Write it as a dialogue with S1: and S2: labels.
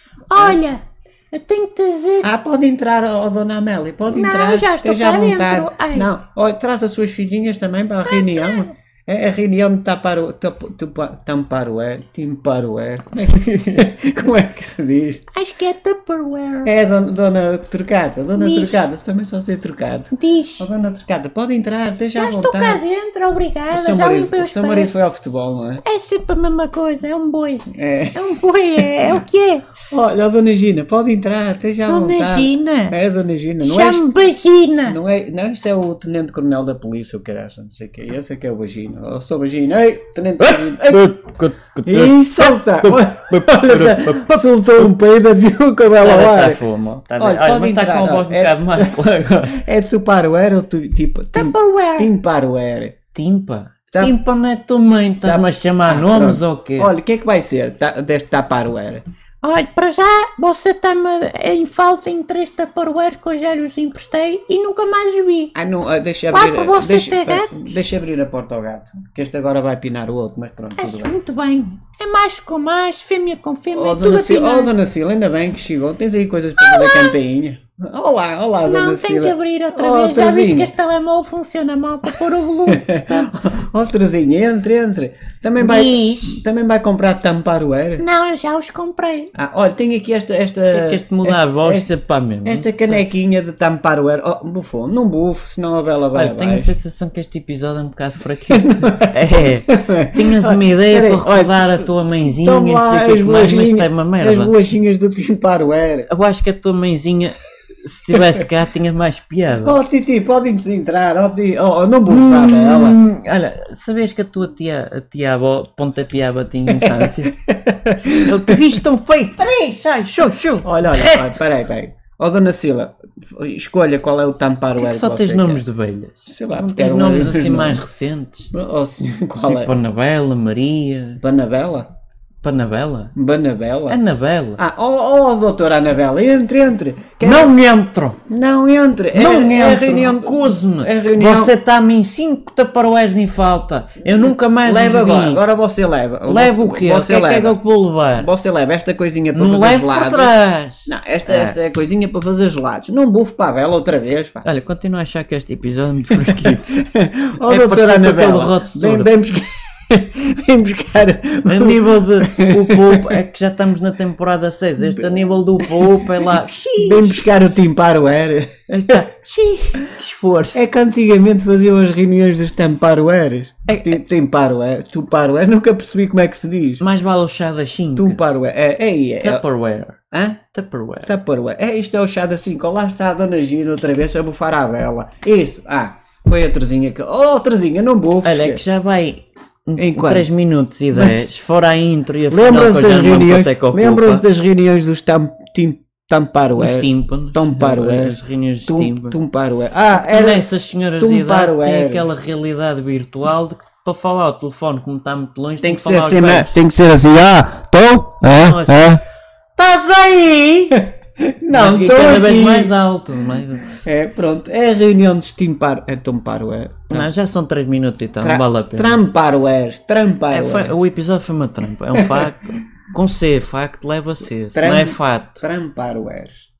S1: Olha, eu tenho que dizer...
S2: Pode entrar, Dona Amélia, pode entrar.
S1: Não, já estou
S2: esteja
S1: cá
S2: à vontade.
S1: dentro. Ai.
S2: Não, olha, traz as suas filhinhas também para a reunião. É a reunião de Tamparoé. Como é que se diz?
S1: Acho que é Tupperware.
S2: É Dona Trocada. Dona
S1: Diz.
S2: Trocada, também só sei trocado.
S1: Diz.
S2: Dona Trocada, pode entrar, esteja
S1: Já
S2: à
S1: estou
S2: vontade.
S1: cá dentro, obrigada.
S2: O seu
S1: Já
S2: marido,
S1: limpei
S2: o
S1: os
S2: seu
S1: pés.
S2: marido foi ao futebol, não é?
S1: É sempre a mesma coisa, é um boi.
S2: É.
S1: É um boi, é o que é.
S2: Olha, Dona Gina, pode entrar, esteja à vontade.
S1: Dona Gina.
S2: É, Dona Gina. Não é,
S1: Chame Bagina.
S2: não, isso é o Tenente-Coronel da Polícia, o caralho, não sei o que é. Esse é que é o Bagina. Eu sou Bagina. Ei, Tenente Bagina. Ei, solta! Olha, soltou um peido de um cabelo ao ar.
S3: Está fumo.
S2: Olha,
S3: Olha,
S2: pode
S3: mas está
S2: entrar,
S3: com a voz um
S2: olha,
S3: bocado mais agora.
S2: É Tupperware ou tipo...
S1: Tupperware.
S2: Timparware.
S3: Timpa?
S2: Tá-
S3: Timpa não é tua mãe, estás-me a chamar nomes ou quê?
S2: Olha, o que é que vai ser deste Tupperware?
S1: Olha, para já você está-me em falta em 3 Tupperwares que eu já lhes emprestei e nunca mais os vi.
S2: Não, deixa
S1: Lá
S2: abrir...
S1: para você ter
S2: deixa abrir a porta ao gato. Que este agora vai pinar o outro, mas pronto, tudo
S1: Acho
S2: bem.
S1: muito bem. É macho com macho, fêmea com fêmea,
S2: Oh,
S1: é tudo
S2: Dona Sila, ainda bem que chegou. Tens aí coisas para fazer campainha? Olá, Dona
S1: Não,
S2: Sila.
S1: tem que abrir outra
S2: Oh,
S1: vez. Já viste
S2: Terezinha.
S1: que este telemóvel funciona mal para pôr o volume.
S2: Ó, Terezinha, entre. Também vai comprar Tupperware?
S1: Não, eu já os comprei.
S2: Olha, tenho aqui esta...
S3: É que este mudar a voz, pá mesmo.
S2: Esta canequinha de Tupperware. Oh, bufão, não bufo, senão a Bela vai
S3: Olha, tenho a
S2: abaixo.
S3: sensação que este episódio é um bocado fraquinho. Tinhas uma ideia
S2: Peraí,
S3: para recordar a tua mãezinha,
S2: Toma
S3: não
S2: lá
S3: sei o que
S2: as
S3: mais, mas
S2: bolachinhas-
S3: isto é uma
S2: As
S3: merda.
S2: bolachinhas do Tupperware.
S3: Eu acho que a tua mãezinha, se estivesse cá, tinha mais piada.
S2: Oh, Titi, podem-se entrar. Não bufo a Bela.
S3: Olha, sabias que a tua tia-avó pontapeava-te em infância? Eu te vi tão feio. Três, sai, show.
S2: Olha, peraí. Ó, Dona Sila, escolha qual é o Tupperware
S3: Porquê que só
S2: que
S3: tens
S2: você
S3: nomes
S2: quer.
S3: de velhas?
S2: Sei lá,
S3: Não
S2: porque
S3: tens
S2: eram
S3: nomes
S2: os
S3: assim
S2: nomes.
S3: mais recentes?
S2: Oh, senhor, qual
S3: Tipo
S2: é?
S3: Anabela, Maria...
S2: Panabela?
S3: Panabela?
S2: Banabela?
S3: Anabela?
S2: Doutora Anabela, entre.
S3: Não entro!
S2: Não entre.
S3: Não
S2: É a
S3: entro!
S2: reunião.
S3: Recuso-me!
S2: É reunião.
S3: Você está-me em 5 Tupperwares em falta! Eu nunca mais
S2: Leva
S3: os vi!
S2: agora você leva.
S3: Leva o quê?
S2: Você
S3: O que é que
S2: leva.
S3: eu vou levar?
S2: Você leva esta coisinha para
S3: Não
S2: fazer
S3: levo por
S2: gelados.
S3: trás!
S2: Não, esta é a coisinha para fazer gelados. Não bufo para a Bela outra vez, pá.
S3: Olha, continuo a achar que este episódio é muito fresquito.
S2: Ó,
S3: É
S2: doutora
S3: parecido com
S2: Anabela,
S3: aquele Rod Stewart.
S2: vem buscar... Vem buscar...
S3: A nível de o Poupa, é que já estamos na temporada 6. Este a nível do Poupa é lá.
S2: Vem buscar o Tupperware.
S3: Está. Que esforço.
S2: É que antigamente faziam as reuniões dos Tupperwares. Tupperware, nunca percebi como é que se diz.
S3: Mais vale o chá da 5.
S2: Tupperware,
S3: Tupperware.
S2: Hã?
S3: Tupperware.
S2: Tupperware. Isto é o chá da 5. Lá está a Dona Gina outra vez a bufar à vela. Isso, foi a Terezinha que... Oh, Terezinha, não bufes.
S3: Olha, é que já vai
S2: Em quanto?
S3: 3 minutos e 10. Fora a intro e a final
S2: Lembram-se
S3: que eu já
S2: das
S3: não lembro
S2: reuniões,
S3: quanto é que ocupa.
S2: lembram-se das reuniões dos Tupperware?
S3: Os tímpanos.
S2: Tupperware.
S3: As reuniões de tímpanos.
S2: Tupperware.
S3: Era essas senhoras de idade têm
S2: Tupperware.
S3: aquela realidade virtual de que para falar ao telefone, como está muito longe,
S2: Tem que
S3: falar
S2: ser
S3: aos
S2: assim,
S3: velhos.
S2: tem que ser assim. Estou?
S3: Não, assim, Estás aí?
S2: Não,
S3: Mas
S2: estou
S3: cada vez
S2: aqui.
S3: mais alto. Mas...
S2: Pronto, é a reunião dos Tupperware.
S3: Não, já são 3 minutos e tal, não vale a pena.
S2: Tramparware.
S3: O episódio foi uma trampa, é um facto. Com C, facto leva C, se não é fato.
S2: Tramparwares.